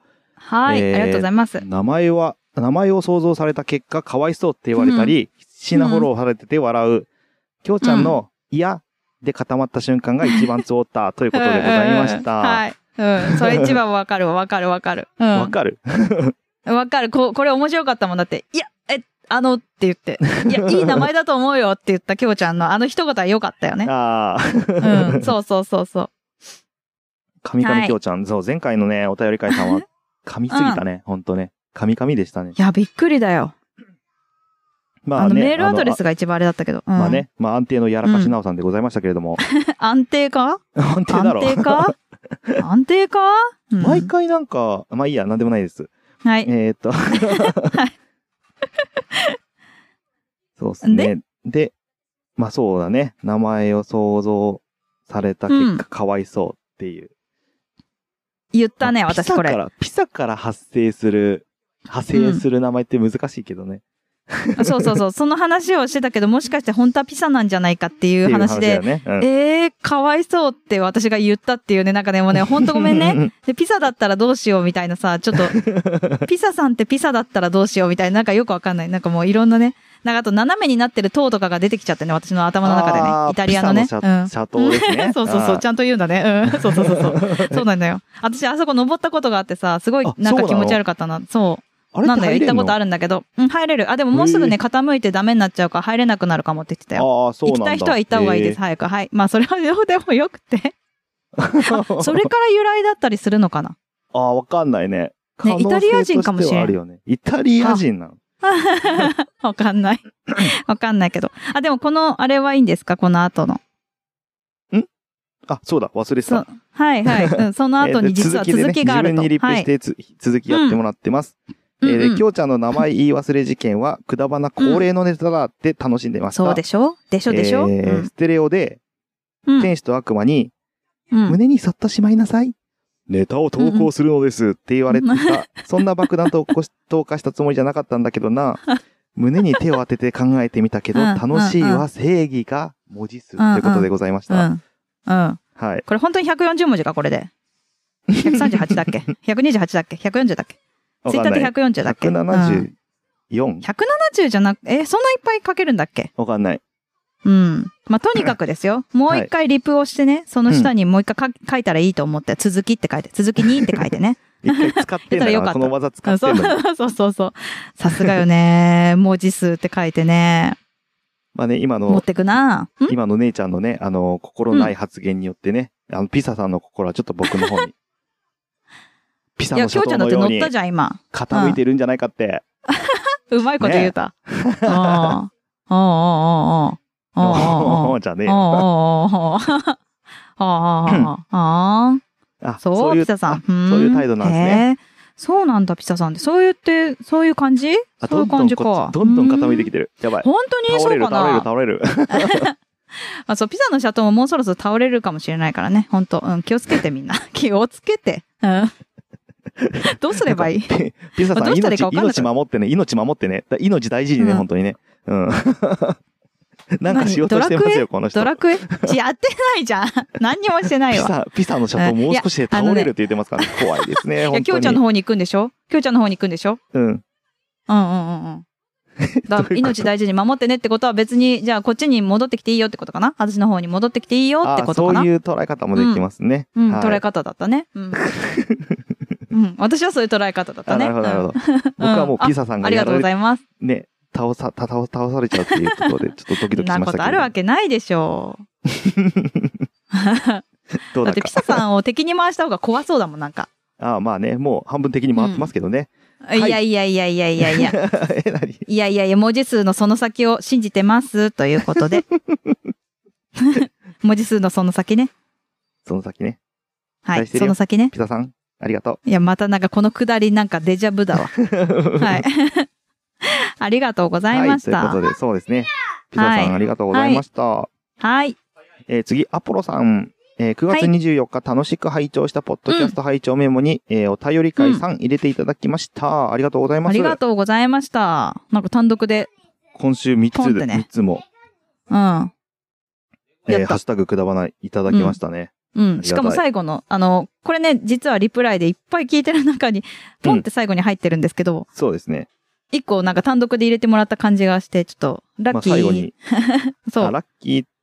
ありがとうございます。 名前を想像された結果かわいそうって言われたり、必死なフォローされてて笑う、きょうちゃんの嫌で固まった瞬間が一番つおったということでございました。 はい。それ一番わかるわ。わかる。 わかるわかる。これ面白かったもんだって。いや、って言って。いや、いい名前だと思うよって言ったきょうちゃんの一言は良かったよね。そう。 神々きょうちゃん。そう、前回のね、お便り会さんは、噛みすぎたね。ほんとね。噛みでしたね。 いや、びっくりだよ。メールアドレスが一番あれだったけど。 安定のやらかしなおさんでございましたけれども。 安定か？ 安定だろ。 安定か？ 毎回なんか、いいや、なんでもないです。 はい。 そうですね。で、そうだね。名前を想像された結果、かわいそうっていう。 言ったね、私これ。 ピサから派生する名前って難しいけどね。 そう。その話をしてたけど、もしかして本当はピサなんじゃないかっていう話で、かわいそうって私が言ったっていうね、なんかね、もうね、ほんとごめんね。で、ピサだったらどうしようみたいなさ、ちょっと、ピサさんってピサだったらどうしようみたいな、なんかよくわかんない。なんかもういろんなね、なんかあと斜めになってる塔とかが出てきちゃってね、私の頭の中でね。イタリアのね。 シャトーですね。 そう、ちゃんと言うんだね。そう。そうなんだよ。私、あそこ登ったことがあってさ、すごいなんか気持ち悪かったな。そう。なんだよ、行ったことあるんだけど。入れる。でももうすぐね、傾いてダメになっちゃうから入れなくなるかもって言ってたよ。 そうなんだ。 行きたい人は行った方がいいです、早く。はい。それはどうでもよくて。それから由来だったりするのかな？ わかんないね。 イタリア人かもしれない。 イタリア人なの？ わかんない。わかんないけど。でもあれはいいんですか？この後の。 あ、そうだ、忘れてた。 はいはい。うん、その後に実は続きがあると。 自分にリプして続きやってもらってます。きょうちゃんの名前言い忘れ事件は、くだばな恒例のネタだって楽しんでました。 そうでしょステレオで、天使と悪魔に、胸にそっとしまいなさい。ネタを投稿するのですって言われてた。そんな爆弾投下したつもりじゃなかったんだけどな。胸に手を当てて考えてみたけど、楽しいは正義が文字数ということでございました。 はい。これ本当に140文字か、これで。138だっけ ?128 だっけ ?140 だっけツイッターで140だっけ ?174。 170じゃなく、そんないっぱい書けるんだっけわかんない。 うん。まあ、とにかくですよ。もう一回リプをしてね、その下にもう一回書いたらいいと思って、続きって書いて、続きにって書いてね。 一回使ってんだから、この技使ってんだ。 そう。さすがよね。文字数って書いてね。 まあね、今持ってくな。 今の姉ちゃんのね、心ない発言によってね、ピサさんの心はちょっと僕の方に。ピサのシャトーのように傾いてるんじゃないかって。 うまいこと言うた。じゃねえよ。 そう、ピサさん。 そういう態度なんですね。 そうなんだ、ピサさんって。そういう感じそういう感じか。 どんどん傾いてきてる。やばい。 本当にそうかな。 倒れる。 そう、ピザのシャトーももうそろそろ倒れるかもしれないからね。本当気をつけてみんな。気をつけて。どうすればいいピザさん、命守ってね。命大事にね、本当にね。なんかしようとしてますよ、この人。 ドラクエやってないじゃん。何にもしてないわ。 ピザのシャトーもう少しで倒れるって言ってますからね。怖いですね、本当に。 いや、きょうちゃんの方に行くんでしょうん。命大事に守ってねってことは別に、じゃあこっちに戻ってきていいよってことかな私の方に戻ってきていいよってことかなそういう捉え方もできますね。 捉え方だったね。私はそういう捉え方だったね。 なるほど。僕はもうピザさんがありがとうございます。 ね。倒されちゃうっていうことで、ちょっとドキドキしましたけど。 そんなことあるわけないでしょう。だってピサさんを敵に回した方が怖そうだもん、なんか。 まあね、もう半分敵に回ってますけどね。 いや。いや、文字数のその先を信じてますということで。文字数のその先ね。 その先ね。 はい、その先ね。 ピザさん、ありがとう。いや、またなんかこのくだりなんかデジャブだわ。はい。ありがとうございました。 ということで、そうですね。ピザさん、ありがとうございました。 はい。 次、アポロさん。9月24日、楽しく拝聴したポッドキャスト拝聴メモに、お便り会3入れていただきました。ありがとうございます。 ありがとうございました。なんか単独で。 今週3つも。ハッシュタグくだばないいただきましたね。 しかも最後の、これね、実はリプライでいっぱい聞いてる中に、ポンって最後に入ってるんですけど。 そうですね。 一個なんか単独で入れてもらった感じがして、ちょっと、ラッキー。 最後に。 そう。 ラッキーって。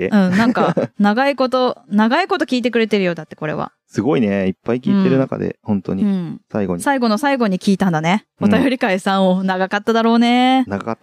なんか、長いこと聞いてくれてるようだって、これは。 すごいね。いっぱい聞いてる中で、本当に。最後に。 最後の最後に聞いたんだね。お便り会さんを長かっただろうね。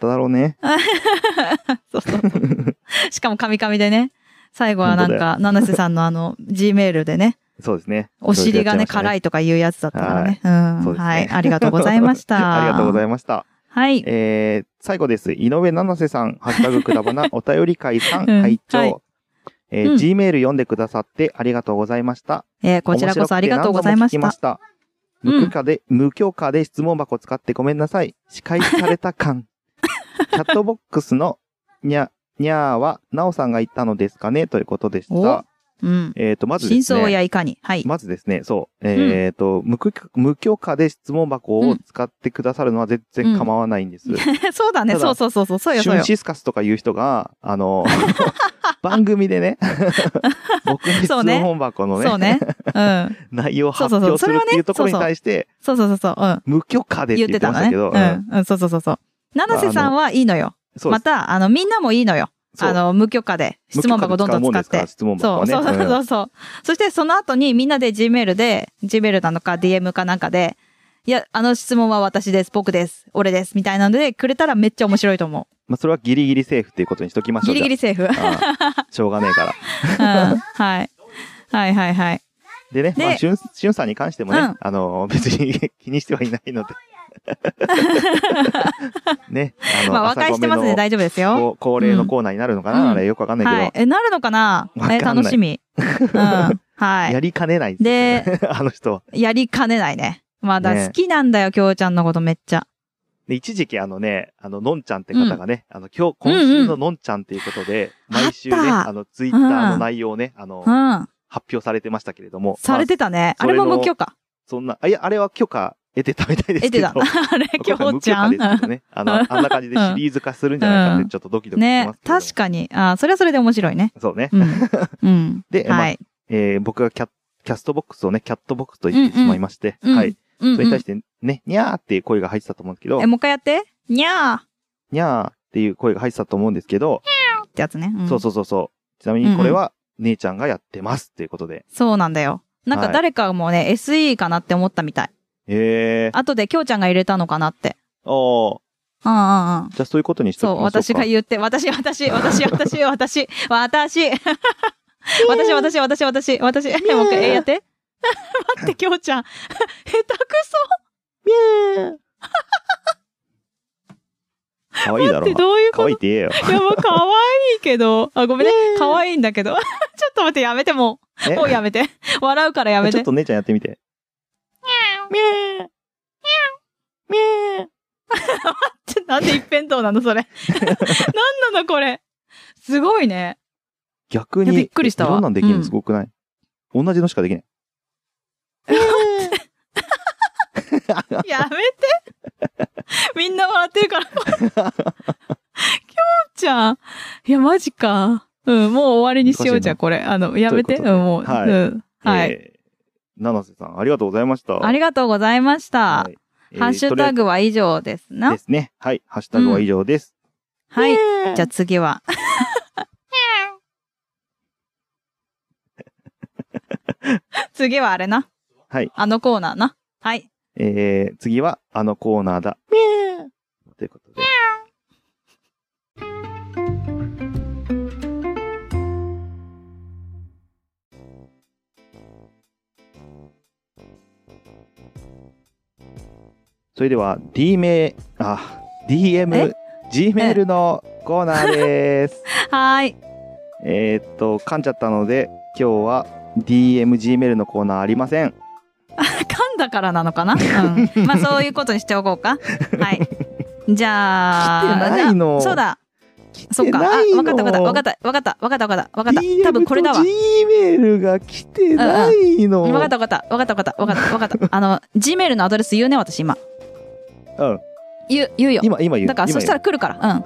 そう。しかもカミカミでね。最後はなんか、七瀬さんのG メールでね。 そうですね。 お尻がね、辛いとかいうやつだったからね。はい。ありがとうございました。 ありがとうございました。 はい。 最後です。井上七瀬さん、ハッシュタグくだばな、お便り会さん、拝聴。G メール読んでくださってありがとうございました。 こちらこそありがとうございました。 無許可で質問箱使ってごめんなさい。司会された感。チャットボックスのにゃーは、なおさんが言ったのですかねということでした。まずですね。 真相やいかに。はい。 まずですね、そう。無許可で質問箱を使ってくださるのは全然構わないんです。 そうだね、そう。そうよ。 シュンシスカスとかいう人が、番組でね、僕の質問箱のね、内容を発表するっていうところに対して、無許可でって言ってましたけど。 そう。七瀬さんはいいのよ。また、みんなもいいのよ。無許可で質問箱どんどん使って。 質問箱ね。 そう。そしてその後にみんなで Gmail なのか DM かなんかで、いや、質問は私です、僕です、俺です、みたいなのでくれたらめっちゃ面白いと思う。 まあ、それはギリギリセーフっていうことにしときましょう。 ギリギリセーフ。 しょうがねえから。 はい。 でね、しゅんさんに関してもね、別に気にしてはいないので。 ね。 まあ、和解してますね。大丈夫ですよ。 恒例のコーナーになるのかな、あれよくわかんないけど。 はい。なるのかな楽しみ。はい。 やりかねないで、あの人は。 やりかねないね。まだ好きなんだよ、きょうちゃんのことめっちゃ。 で、一時期のんちゃんって方がね、今週ののんちゃんっていうことで、毎週ね、ツイッターの内容をね、発表されてましたけれども。 されてたね。あれも無許可。 そんな、あれは許可得てたみたいですけど。 得てた。あれ、きょうちゃん。 無許可ですけどね。あんな感じでシリーズ化するんじゃないかってちょっとドキドキしてますけど。 ね、確かに。それはそれで面白いね。 そうね。で、 はい。 僕がキャストボックスをね、キャットボックスと言ってしまいまして、はい。それに対してね、にゃーっていう声が入ってたと思うんですけど。 もう一回やって。にゃー。 にゃーっていう声が入ってたと思うんですけど。 ってやつね。 そう。ちなみにこれは、姉ちゃんがやってますっていうことで。 そうなんだよ。なんか誰かもね、SE かなって思ったみたい。後できょうちゃんが入れたのかなって。 おー。じゃあそういうことにしておきましょうか。 そう、私が言って、私。もう一回、やって。待って、きょうちゃん。下手くそ。 みえー。かわいいだろ。 どういうこと？ かわいいって言えよ。 いや、もうかわいいけど。ごめんね。かわいいんだけど。ちょっと待って、やめて、もうやめて。笑うからやめて。 ちょっと姉ちゃんやってみて。 みえー。みえー。待って、なんで一辺倒なのそれ。なんなのこれ。すごいね。 逆に。 びっくりしたわ。 どんなんできるのすごくない？同じのしかできない。 やめて。みんな笑ってるから。きょうちゃん。いや、マジか。もう終わりにしようじゃん、これ。やめて。もう。はい。 七瀬さん、ありがとうございました。 ありがとうございました。ハッシュタグは以上ですな。 ですね。はい。ハッシュタグは以上です。 はい。じゃあ次は。次はあれな。 はい。 あのコーナーな。はい。 次はあのコーナーだ。ということで。それでは DM、Gmail のコーナーです。 はい。 噛んじゃったので、今日は Gmail のコーナーありません。 噛んだからなのかな、まあそういうことにしておこうか。はい。じゃあ。 来てないの。 そうだ。そっか。わかった。多分これだわ。 Gmail が来てないの。 わかった。Gmail のアドレス言うね、私今。言うよ。 今言う。 だからそしたら来るから。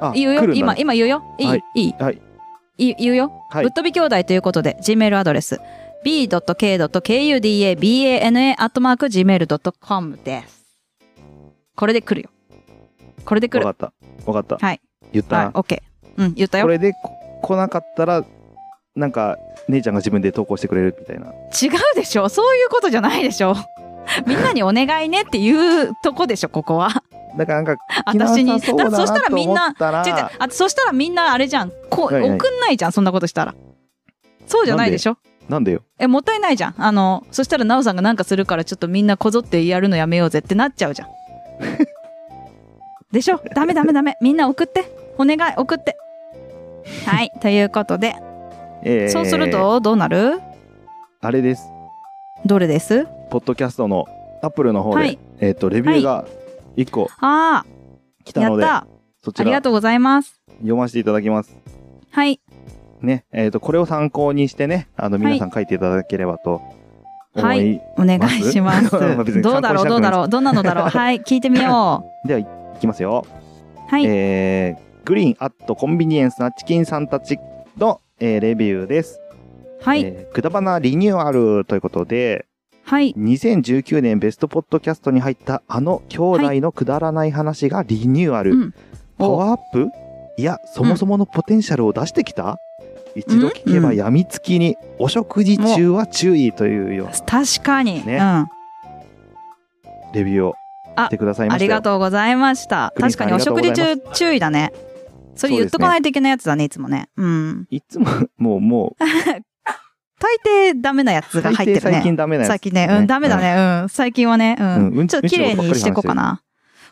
言うよ。今言うよ。いい言うよ。ぶっ飛び兄弟ということで、Gmail アドレス。b.k.kudabana@gmail.com です。これで来るよ。これで来る。 わかった。 はい。 言ったな。 オッケー。言ったよ。 これで来なかったら、なんか、姉ちゃんが自分で投稿してくれるみたいな。 違うでしょ。そういうことじゃないでしょ。みんなにお願いねっていうとこでしょ、ここは。 だからなんか、 私に。そしたらみんな、そしたらみんなあれじゃん。送んないじゃん、そんなことしたら。そうじゃないでしょ。 なんでよ。 もったいないじゃん。そしたらなおさんがなんかするからちょっとみんなこぞってやるのやめようぜってなっちゃうじゃん。でしょ。ダメ。みんな送って。お願い、送って。はい。ということで。そうすると、どうなる？ あれです。 どれです？ ポッドキャストのアップルの方で、レビューが1個来たので、そちら。 ありがとうございます。 読ませていただきます。 はい。 ね、これを参考にしてね、皆さん書いていただければと思います。 はい、お願いします。どうだろう、どんなのだろう。はい、聞いてみよう。では、いきますよ。 はい。 グリーンアットコンビニエンスなチキンさんたちの、レビューです。 はい。 くだばなリニューアルということで、 はい。 2019年ベストポッドキャストに入ったあの兄弟のくだらない話がリニューアル。パワーアップ？いや、そもそものポテンシャルを出してきた？一度聞けばやみつきに、お食事中は注意というような。 確かに。 ね。レビューをしてくださいました。 ありがとうございました。確かにお食事中注意だね。それ言っとかないといけないやつだね、いつもね。 いつも、もう。 大抵ダメなやつが入ってるね。 最近ダメなやつ。 最近ね。ダメだね。最近はね。ちょっと綺麗にしていこうかな。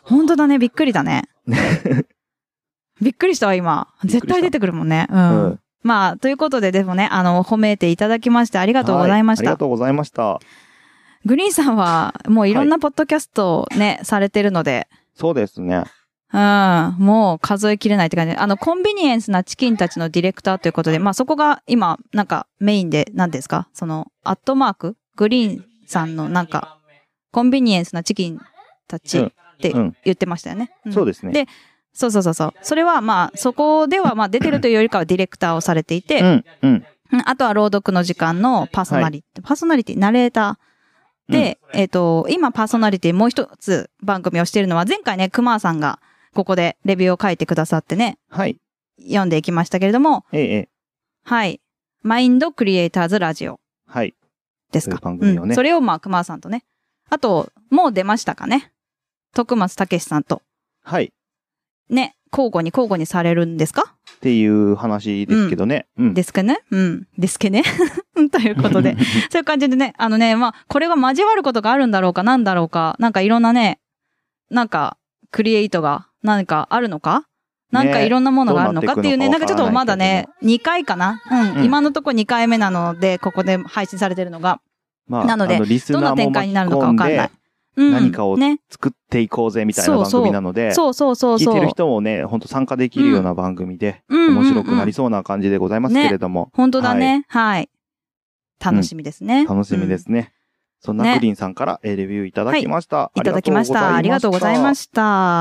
本当だね、びっくりだね。びっくりしたわ、今。絶対出てくるもんね。うん。まあ、ということで、でもね、褒めていただきましてありがとうございました。 ありがとうございました。 グリーンさんは、もういろんなポッドキャストをね、されてるので。 そうですね。 もう数えきれないって感じで。コンビニエンスなチキンたちのディレクターということで、まあそこが今、なんかメインで、何ですかアットマークグリーンさんのなんか、コンビニエンスなチキンたちって言ってましたよね。 そうですね。 で、そう。それはまあ、そこではまあ出てるというよりかはディレクターをされていて、あとは朗読の時間のパーソナリティ、ナレーターで、今パーソナリティもう一つ番組をしているのは、前回ね、熊さんがここでレビューを書いてくださってね、 はい。 読んでいきましたけれども、はい。マインドクリエイターズラジオ。 はい。 ですか。 番組をね。 それをまあ、熊さんとね。あと、もう出ましたかね。徳松武さんと。 はい。 ね、交互にされるんですかっていう話ですけどね。 ですかね。ですけね。ということで。そういう感じでね、まあ、これが交わることがあるんだろうか、なんだろうか、なんかいろんなね、なんか、クリエイトが何かあるのかなんかいろんなものがあるのかっていうね、なんかちょっとまだね、2回かな今のとこ2回目なので、ここで配信されてるのが。なので、どんな展開になるのかわかんない。 何かを作っていこうぜみたいな番組なので、聞いてる人もね、本当参加できるような番組で、面白くなりそうな感じでございますけれども。 本当だね。はい。楽しみですね。 楽しみですね。そんなグリーンさんからレビューいただきました。 いただきました。ありがとうございました。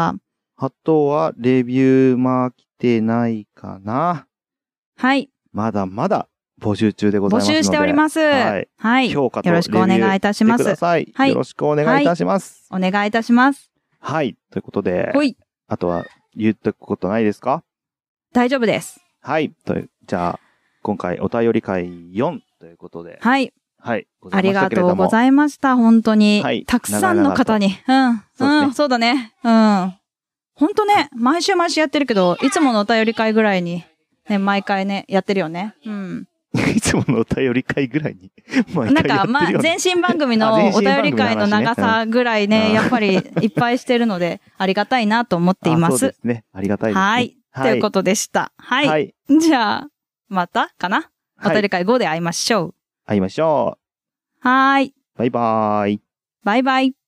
あとは、レビュー来てないかな。 はい。 まだまだ募集中でございますので。 募集しております。はい。 評価とよろしくお願いいたします。 はい。よろしくお願いいたします。 お願いいたします。 はい。ということで、あとは言っとくことないですか？ 大丈夫です。 はい。じゃあ、今回お便り会4ということで。 はい。 はい。 ありがとうございました。本当に。はい。たくさんの方に。そうだね。本当ね、毎週やってるけど、いつものお便り会ぐらいに、ね、毎回ね、やってるよね。 いつものお便り会ぐらいに。 なんか、まあ、前身番組のお便り会の長さぐらいね、やっぱりいっぱいしてるので、ありがたいなと思っています。 そうですね。ありがたいですね。 はい。ということでした。はい。じゃあ、またかな？お便り会5で会いましょう。 会いましょう。はーい。 バイバーイ。 バイバイ。